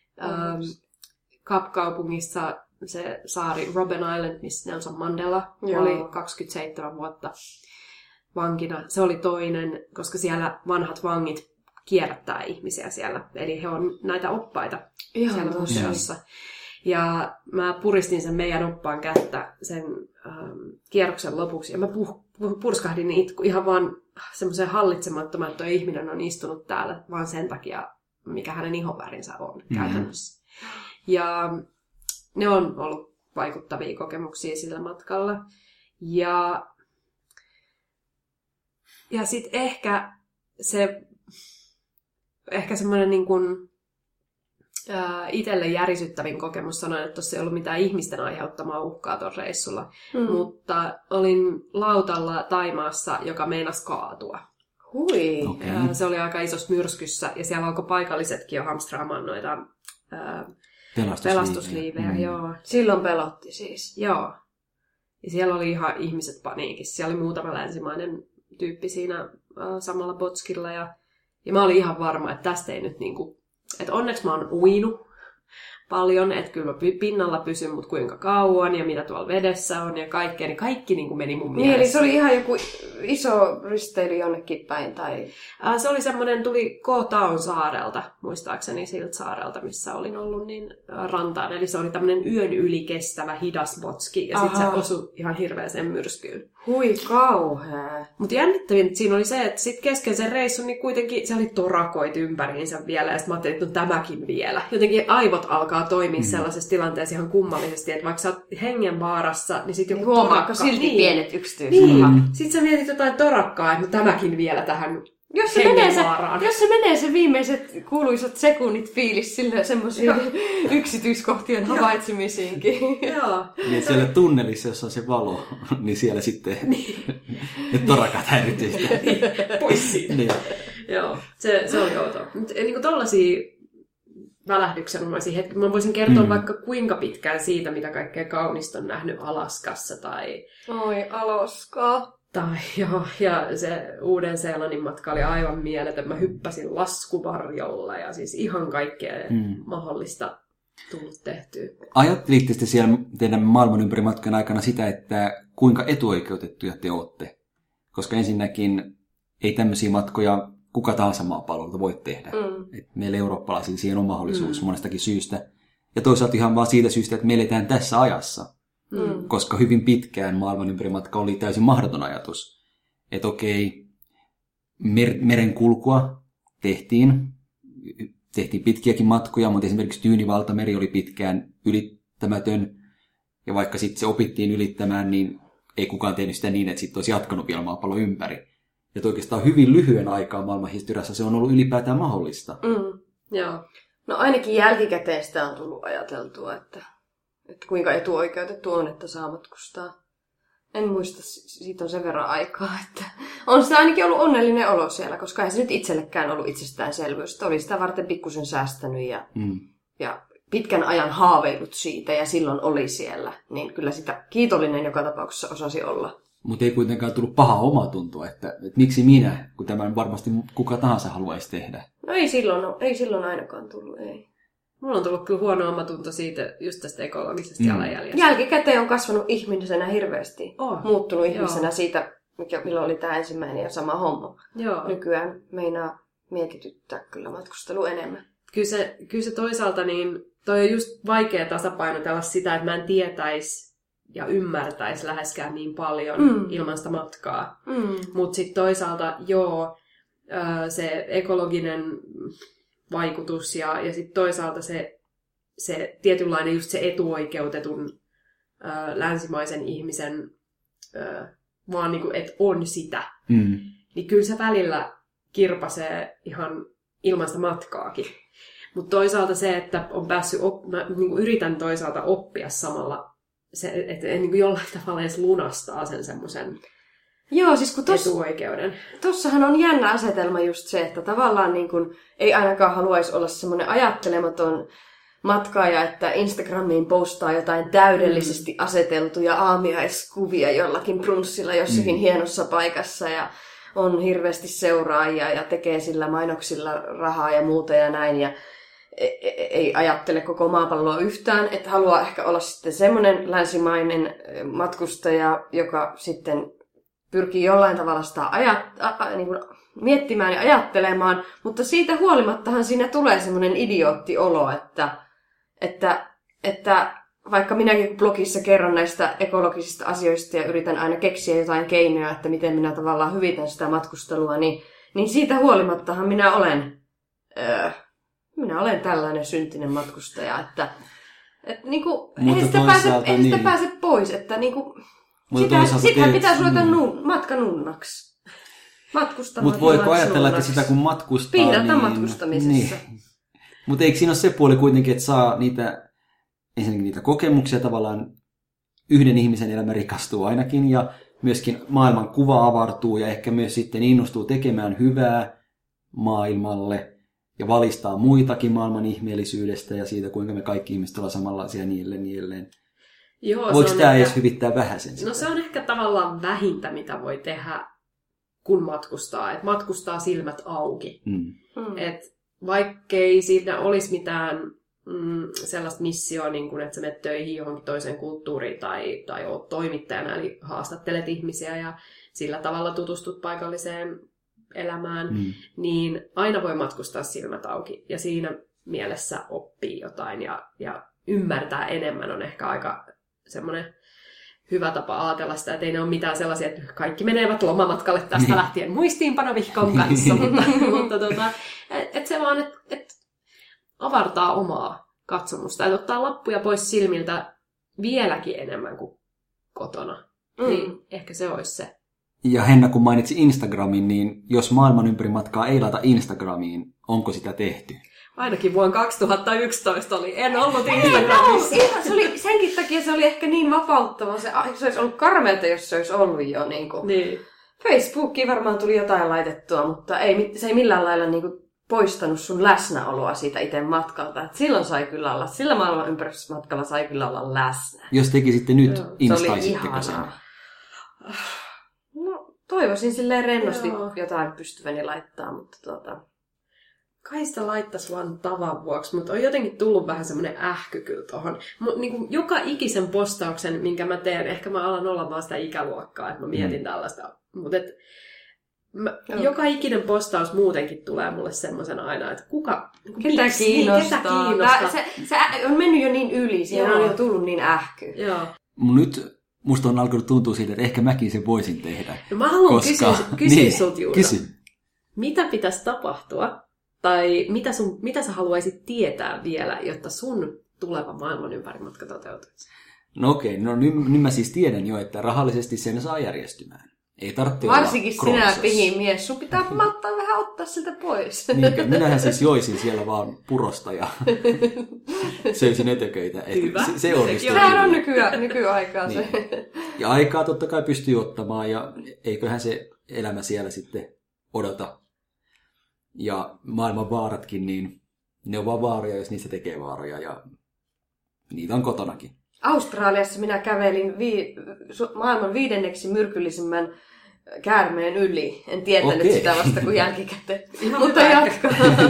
Kapkaupungissa se saari Robben Island, missä Nelson Mandela oli 27 vuotta vankina. Se oli toinen, koska siellä vanhat vangit kierrättää ihmisiä siellä. Eli he on näitä oppaita siellä museossa. Ja mä puristin sen meidän oppaan kättä sen kierroksen lopuksi. Ja mä purskahdin itku ihan vaan semmoiseen hallitsemattomaan, että tuo ihminen on istunut täällä vaan sen takia, mikä hänen ihonvärinsä on käytännössä. Ja ne on ollut vaikuttavia kokemuksia sillä matkalla. Ja sit ehkä semmoinen niin kuin itselle järisyttävin kokemus, sanoin, että tuossa ei ollut mitään ihmisten aiheuttamaa uhkaa tuossa reissulla. Mutta olin lautalla Thaimaassa, joka meinasi kaatua. Hui! Okay. Se oli aika isossa myrskyssä ja siellä alkoi paikallisetkin jo hamstraamaan noita pelastusliivejä. Joo. Silloin pelotti siis. Joo. Ja siellä oli ihan ihmiset paniikissa. Siellä oli muutama länsimainen tyyppi siinä samalla botskilla ja mä olin ihan varma, että tästä ei nyt niinku, että onneksi mä oon uinut paljon, että kyllä mä pinnalla pysyn, mutta kuinka kauan ja mitä tuolla vedessä on ja kaikkea, niin kaikki niin kuin meni mun mielessä. Niin, eli se oli ihan joku iso risteily jonnekin päin, tai? Se oli semmoinen, tuli Koh-Taon saarelta, muistaakseni siltä saarelta, missä olin ollut, niin rantaan. Eli se oli tämmöinen yön yli kestävä hidas botski, ja sitten se osui ihan hirveäseen myrskyyn. Hui kauhea. Mutta jännittävintä siinä oli se, että sitten kesken sen reissun, niin kuitenkin se oli torakoit ympäriinsä vielä, ja sitten mä ajattelin, että tämäkin vielä. Jotenkin aivot alkaa toimia sellaisessa tilanteessa ihan kummallisesti, että vaikka sä oot hengenvaarassa, niin sitten joku huomaatko torakka... silti pienet yksityiskohdat? Sitten sä mietit jotain torakkaa, että no tämäkin vielä tähän jos se menee se viimeiset kuuluisat sekunnit fiilis sille semmoisiin yksityiskohtien havaitsemisiinkin. Joo. Niin siellä tunnelissa, jossa on se valo, niin siellä sitten ne torakat häirityy. Pois siitä. Niin. Joo, se on outoa. Niin tollaisia välähdyksenomaisia hetkiä. Mä voisin kertoa vaikka kuinka pitkään siitä, mitä kaikkea kaunista on nähnyt Alaskassa tai... Oi, Alaska. Tai joo, ja se Uuden-Seelannin matka oli aivan mieletön. Mä hyppäsin laskuvarjolla ja siis ihan kaikkea mahdollista tullut tehtyä. Ajattelitte sitten siellä teidän maailman ympäri matkan aikana sitä, että kuinka etuoikeutettuja te olette? Koska ensinnäkin ei tämmöisiä matkoja kuka tahansa maapallolta voi tehdä. Et meillä eurooppalaisilla siihen on mahdollisuus monestakin syystä. Ja toisaalta ihan vaan siitä syystä, että me eletään tässä ajassa. Koska hyvin pitkään maailman ympärimatka oli täysin mahdoton ajatus. Että okei, merenkulkua tehtiin pitkiäkin matkoja, mutta esimerkiksi Tyynivaltameri oli pitkään ylittämätön. Ja vaikka sitten se opittiin ylittämään, niin ei kukaan tehnyt sitä niin, että sitten olisi jatkanut vielä maapallon ympäri. Ja oikeastaan hyvin lyhyen aikaa maailmanhistoriassa se on ollut ylipäätään mahdollista. Joo. No ainakin jälkikäteen sitä on tullut ajateltua, että kuinka etuoikeutettu on, että saa matkustaa. En muista, siitä on sen verran aikaa, että on sitä ainakin ollut onnellinen olo siellä, koska ei se nyt itsellekään ollut itsestäänselvyys. Että oli sitä varten pikkusen säästänyt ja pitkän ajan haaveillut siitä ja silloin oli siellä. Niin kyllä sitä kiitollinen joka tapauksessa osasi olla. Mutta ei kuitenkaan tullut paha omatuntoa, että miksi minä, kun tämän varmasti kuka tahansa haluaisi tehdä. No ei silloin ainakaan tullut, ei. Mulla on tullut kyllä huono omatunto siitä, just tästä ekologisesta jalanjäljestä. Jälkikäteen on kasvanut ihmisenä hirveästi. Muuttunut ihmisenä siitä, milloin oli tämä ensimmäinen ja sama homma. Joo. Nykyään meinaa mietityttää kyllä matkustelu enemmän. Kyllä se toisaalta, niin toi on just vaikea tasapainotella sitä, että mä en tietäisi ja ymmärtäisi läheskään niin paljon ilman sitä matkaa. Mutta sitten toisaalta, se ekologinen vaikutus ja sitten toisaalta se tietynlainen just se etuoikeutetun länsimaisen ihmisen vaan niinku, että on sitä. Niin kyllä se välillä kirpasee ihan ilman sitä matkaakin. Mutta toisaalta se, että on päässyt, mä niinku yritän toisaalta oppia samalla, että niinku jollain tavalla edes lunastaa sen semmoisen siis kun etuoikeuden. Tossahan on jännä asetelma just se, että tavallaan niin kun ei ainakaan haluaisi olla semmoinen ajattelematon matkaaja, että Instagramiin postaa jotain täydellisesti aseteltuja aamiaiskuvia jollakin brunssilla jossakin hienossa paikassa ja on hirveästi seuraajia ja tekee sillä mainoksilla rahaa ja muuta ja näin ja ei ajattele koko maapalloa yhtään, että haluaa ehkä olla sitten semmoinen länsimainen matkustaja, joka sitten pyrkii jollain tavalla sitä niin kuin miettimään ja ajattelemaan, mutta siitä huolimattahan siinä tulee semmoinen idioottiolo, että vaikka minäkin blogissa kerron näistä ekologisista asioista ja yritän aina keksiä jotain keinoja, että miten minä tavallaan hyvitän sitä matkustelua, niin siitä huolimattahan minä olen tällainen syntinen matkustaja, että niinku, eihän sitä pääse pois, että niinku, sitä pitäisi ruveta matkanunnaksi. Mutta voiko ajatella, että sitä kun matkustaa... Pihdata matkustamisessa. Niin. Mutta eikö siinä ole se puoli kuitenkin, että saa ensinnäkin niitä kokemuksia tavallaan yhden ihmisen elämä rikastuu ainakin ja myöskin maailman kuva avartuu ja ehkä myös sitten innostuu tekemään hyvää maailmalle ja valistaa muitakin maailman ihmeellisyydestä ja siitä, kuinka me kaikki ihmiset ollaan samanlaisia niilleen. Voiko tämä edes hyvittää vähäsen sitä? No se on ehkä tavallaan vähintä, mitä voi tehdä, kun matkustaa. Että matkustaa silmät auki. Et vaikkei siinä olisi mitään sellaista missioa, niin kuin, että sä menet töihin johonkin toiseen kulttuuriin tai oot toimittajana, eli haastattelet ihmisiä ja sillä tavalla tutustut paikalliseen elämään, niin aina voi matkustaa silmät auki. Ja siinä mielessä oppii jotain ja ymmärtää enemmän on ehkä aika semmoinen hyvä tapa ajatella sitä, että ei ne ole mitään sellaisia, että kaikki menevät lomamatkalle tästä lähtien muistiinpanovihkon kanssa, mutta että se vaan, että avartaa omaa katsomusta, että ottaa lappuja pois silmiltä vieläkin enemmän kuin kotona. Niin ehkä se olisi se Ja Henna, kun mainitsi Instagramin, niin jos maailman ympäri matkaa ei laita Instagramiin, onko sitä tehty? Ainakin vuonna 2011 en ollut Instagramissa. Se oli, senkin takia se oli ehkä niin vapauttava. Se olisi ollut karmeata, jos se olisi ollut jo. Niin. Facebookiin varmaan tuli jotain laitettua, mutta se ei millään lailla poistanut sun läsnäoloa siitä itse matkalta. Et silloin sai kyllä olla, sillä maailman ympäristömatkalla sai kyllä olla läsnä. Jos tekisitte nyt, instaisitteko sen? No, toivoisin silleen rennosti jotain pystyväni laittaa, mutta Kai sitä laittaisi vaan tavan vuoksi, mutta on jotenkin tullut vähän semmoinen ähky kyllä tohon. Niin joka ikisen postauksen, minkä mä teen, ehkä mä alan olla vaan sitä ikäluokkaa, että mä mietin tällaista. Mutta joka ikinen postaus muutenkin tulee mulle semmoisen aina, että ketä kiinnostaa. Se on mennyt jo niin yli, siihen on jo tullut niin ähky. Joo. Nyt musta on alkanut tuntua siitä, että ehkä mäkin sen voisin tehdä. No mä haluan kysyä sulta, Juuso. Kysy. Mitä pitäisi tapahtua? Tai mitä sä haluaisit tietää vielä, jotta sun tuleva maailman ympärimatka toteutuisi? No okei, nyt mä siis tiedän jo, että rahallisesti sen saa järjestymään. Ei tarvitse olla varsinkin sinä pihimies, sun pitää mattaa vähän ottaa siltä pois. Niinkö, minähän siis joisin siellä vaan purosta ja söisin ötököitä. Se onnistuu. Sehän on nykyaikaa se. Niin. Ja aikaa totta kai pystyy ottamaan ja eiköhän se elämä siellä sitten odota. Ja maailman vaaratkin, niin ne on vaan vaaroja, jos niistä tekee vaaroja ja niitä on kotonakin. Australiassa minä kävelin maailman 5. myrkyllisimmän käärmeen yli. En tietänyt sitä vasta kuin jälkikäteen. Mutta jatka.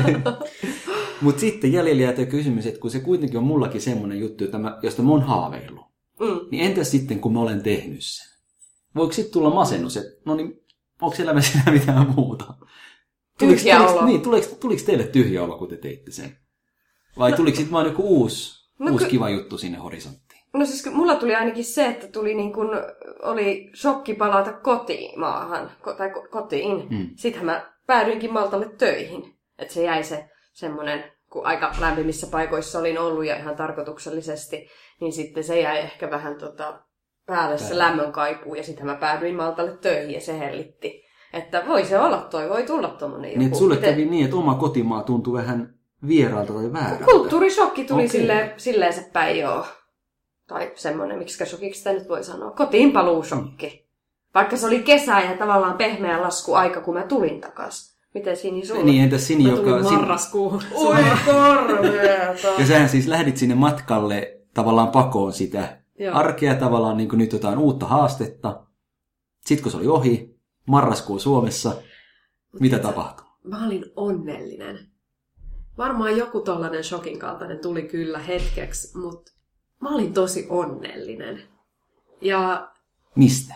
Mutta sitten jäljellä jää kysymys, että kun se kuitenkin on mullakin semmoinen juttu, josta mä oon haaveillut. Niin entäs sitten, kun mä olen tehnyt sen? Voiko sitten tulla masennus, että no niin, onko elämässä mitään muuta? Tyhjä olo. Tuliko teille tyhjä olo, kun te teitte sen? Vai tuliko sitten vaan joku uusi kiva juttu sinne horisonttiin? No siis mulla tuli ainakin se, että tuli oli shokki palata kotimaahan, tai kotiin. Sittenhän mä päädyinkin Maltalle töihin. Että se jäi se semmoinen, kun aika lämpimissä paikoissa olin ollut ja ihan tarkoituksellisesti, niin sitten se jäi ehkä vähän päälle se lämmön kaipuu ja sitten mä päädyin Maltalle töihin ja se hellitti. Että voi se olla voi tulla tommonen joku. Niin, että sulle kävi niin, että oma kotimaa tuntui vähän vieraalta tai väärältä. Kulttuurishokki tuli silleen se päin, joo. Tai semmoinen, miksi shokiksi sitä nyt voi sanoa. Kotiinpaluushokki. Vaikka se oli kesä ja tavallaan pehmeä laskuaika, kun mä tulin takas. Miten Sini sulla? Niin, entäs Sini, joka... Mä tulin marraskuuhun. Oi, korveeta! Ja sähän siis lähdit sinne matkalle tavallaan pakoon sitä arkea tavallaan niin kuin nyt jotain uutta haastetta. Sitten kun se oli ohi, marraskuu Suomessa, mitä tapahtui? Mä olin onnellinen. Varmaan joku tollainen shokin kaltainen tuli kyllä hetkeksi, mutta mä olin tosi onnellinen. Ja mistä?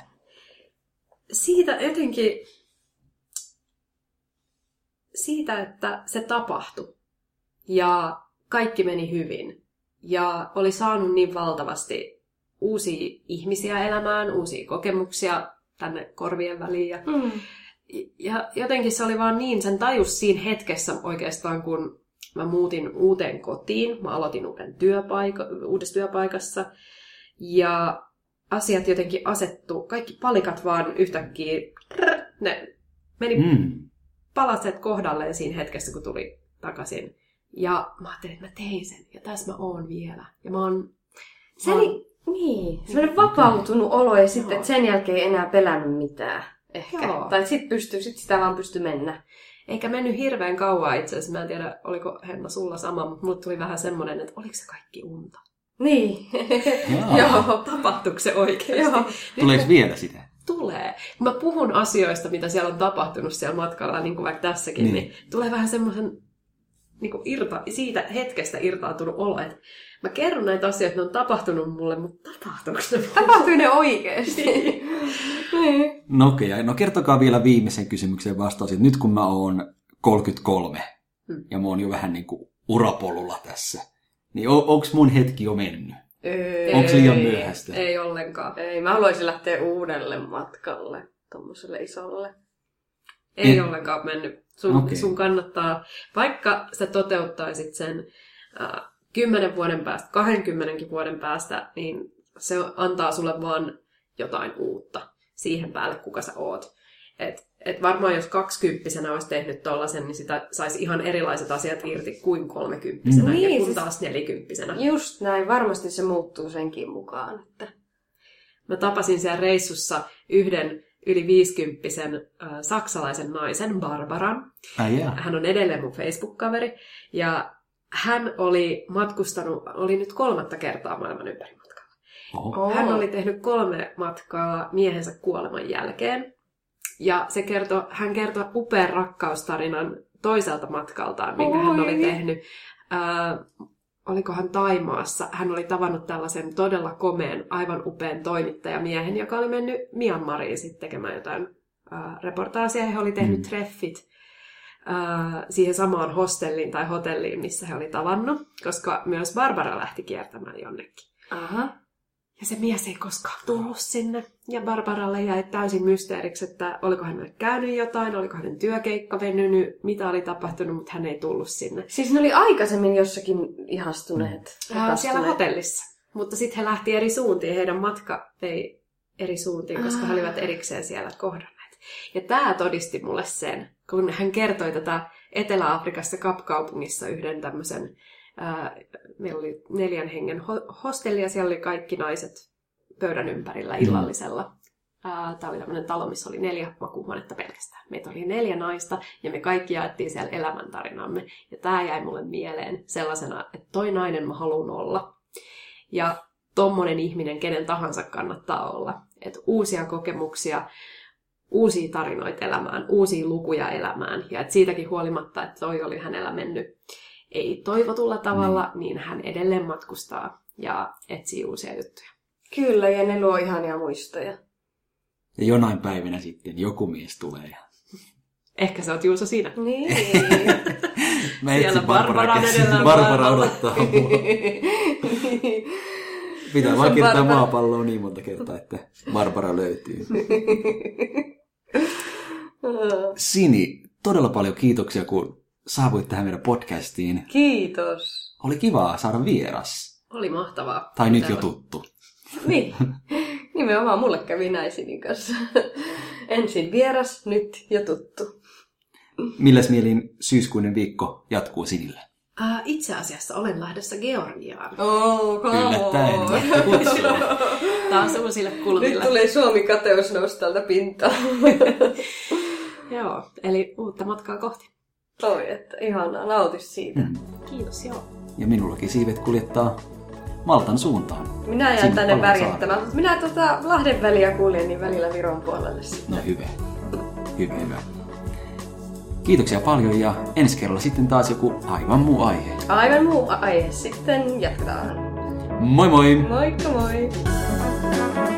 Siitä jotenkin, että se tapahtui. Ja kaikki meni hyvin. Ja oli saanut niin valtavasti uusia ihmisiä elämään, uusia kokemuksia tänne korvien väliin. Ja jotenkin se oli vaan niin, sen tajus siinä hetkessä oikeastaan, kun mä muutin uuteen kotiin. Mä aloitin uudessa työpaikassa. Ja asiat jotenkin asettu, kaikki palikat vaan yhtäkkiä, ne meni palaset kohdalleen siinä hetkessä, kun tuli takaisin. Ja mä ajattelin, että mä tein sen. Ja tässä mä oon vielä. Ja mä oon... Niin, semmoinen vapautunut olo ja sitten, että sen jälkeen ei enää pelännyt mitään. Ehkä. Joo. Tai sit sitä vaan pystyi mennä. Eikä mennyt hirveän kauan itse asiassa. Mä en tiedä, oliko Henna sulla sama, mutta mulle tuli vähän semmoinen, että oliko se kaikki unta? Niin. Joo. Tapahtuiko se oikeasti? Joo. Tuleeko vielä sitä? Tulee. Kun mä puhun asioista, mitä siellä on tapahtunut siellä matkalla, niin kuin vaikka tässäkin, niin tulee vähän semmoisen niin kuin siitä hetkestä irtautunut olo, että mä kerron näitä asioita, ne on tapahtunut mulle, mutta tapahtuuko ne mulle? Tapahtuu ne oikeasti. No okei, no kertokaa vielä viimeisen kysymyksen vastaus. Nyt kun mä oon 33 ja mä oon jo vähän niin kuin urapolulla tässä, niin onko mun hetki jo mennyt? Onko liian myöhäistä? Ei ollenkaan. Ei, mä haluaisin lähteä uudelle matkalle, tommoselle isolle. Ei ollenkaan mennyt. Sun kannattaa, vaikka sä toteuttaisit sen 10 vuoden päästä, 20 vuoden päästä, niin se antaa sulle vaan jotain uutta. siihen päälle, kuka sä oot. Et varmaan jos 20-vuotiaana olisi tehnyt tollasen, niin sitä saisi ihan erilaiset asiat irti kuin 30-vuotiaana ja kun taas 40-vuotiaana. Just näin, varmasti se muuttuu senkin mukaan. Että... Mä tapasin siellä reissussa yhden yli 50-vuotiaan saksalaisen naisen, Barbaran. Hän on edelleen mun Facebook-kaveri. Ja hän oli matkustanut, oli nyt 3. kertaa maailman ympäri matkalla. Hän oli tehnyt 3 matkaa miehensä kuoleman jälkeen. Ja hän kertoi upean rakkaustarinan toiselta matkaltaan, minkä hän oli tehnyt. Olikohan Thaimaassa. Hän oli tavannut tällaisen todella komeen, aivan upean toimittajamiehen, joka oli mennyt Myanmariin sitten tekemään jotain reportaasia. He oli tehnyt treffit siihen samaan hostelliin tai hotelliin, missä he oli tavannut, koska myös Barbara lähti kiertämään jonnekin. Aha. Ja se mies ei koskaan tullut sinne. Ja Barbaralle jäi täysin mysteeriksi, että oliko hänelle käynyt jotain, oliko hänen työkeikka venynyt, mitä oli tapahtunut, mutta hän ei tullut sinne. Siis ne oli aikaisemmin jossakin ihastuneet? Siellä hotellissa. Mutta sitten he lähti eri suuntiin. Heidän matka vei eri suuntiin, koska he olivat erikseen siellä kohdanneet. Ja tämä todisti mulle sen, kun hän kertoi tätä Etelä-Afrikassa Kapkaupungissa yhden tämmöisen... meillä oli 4 hengen hostelli ja siellä oli kaikki naiset pöydän ympärillä illallisella. Tämä oli tämmöinen talo, missä oli 4 makuuhuonetta pelkästään. Meitä oli 4 naista ja me kaikki jaettiin siellä elämäntarinamme. Ja tämä jäi mulle mieleen sellaisena, että toi nainen mä haluan olla. Ja tommonen ihminen kenen tahansa kannattaa olla. Että uusia kokemuksia, uusia tarinoita elämään, uusia lukuja elämään. Ja että siitäkin huolimatta, että toi oli hänellä mennyt ei toivotulla tavalla, niin hän edelleen matkustaa ja etsii uusia juttuja. Kyllä, ja ne luo ihania muistoja. Ja jonain päivänä sitten joku mies tulee. Ehkä sä oot Juuso siinä. Niin. Mä etsin siellä Barbaran edellä. Barbara odottaa mua. Pitää vaan kirjoittaa maapalloa niin monta kertaa, että Barbara löytyy. Sini, todella paljon kiitoksia, kun saavuit tähän meidän podcastiin. Kiitos. Oli kivaa saada vieras. Oli mahtavaa. Tai nyt jo tuttu. Niin. Nimenomaan mulle kävi näin Sinin kanssa. Ensin vieras, nyt jo tuttu. Milläs mielin syyskuinen viikko jatkuu Sinille? Itse asiassa olen lähdössä Georgiaan. Yllättäen. Taas uusille kulmille. Nyt tulee Suomi-kateus nostalta pintaan. Joo, eli uutta matkaa kohti. Oi, että ihanaa, nautis siitä. Kiitos, joo. Ja minullakin siivet kuljettaa Maltan suuntaan. Minä jään tänne värjättämään, mutta minä Lahden väliä kuljen, niin välillä Viron puolelle sitten. No hyvä. Hyvä. Kiitoksia paljon ja ensi kerralla sitten taas joku aivan muu aihe. Aivan muu aihe sitten jatketaan. Moi moi! Moikka moi!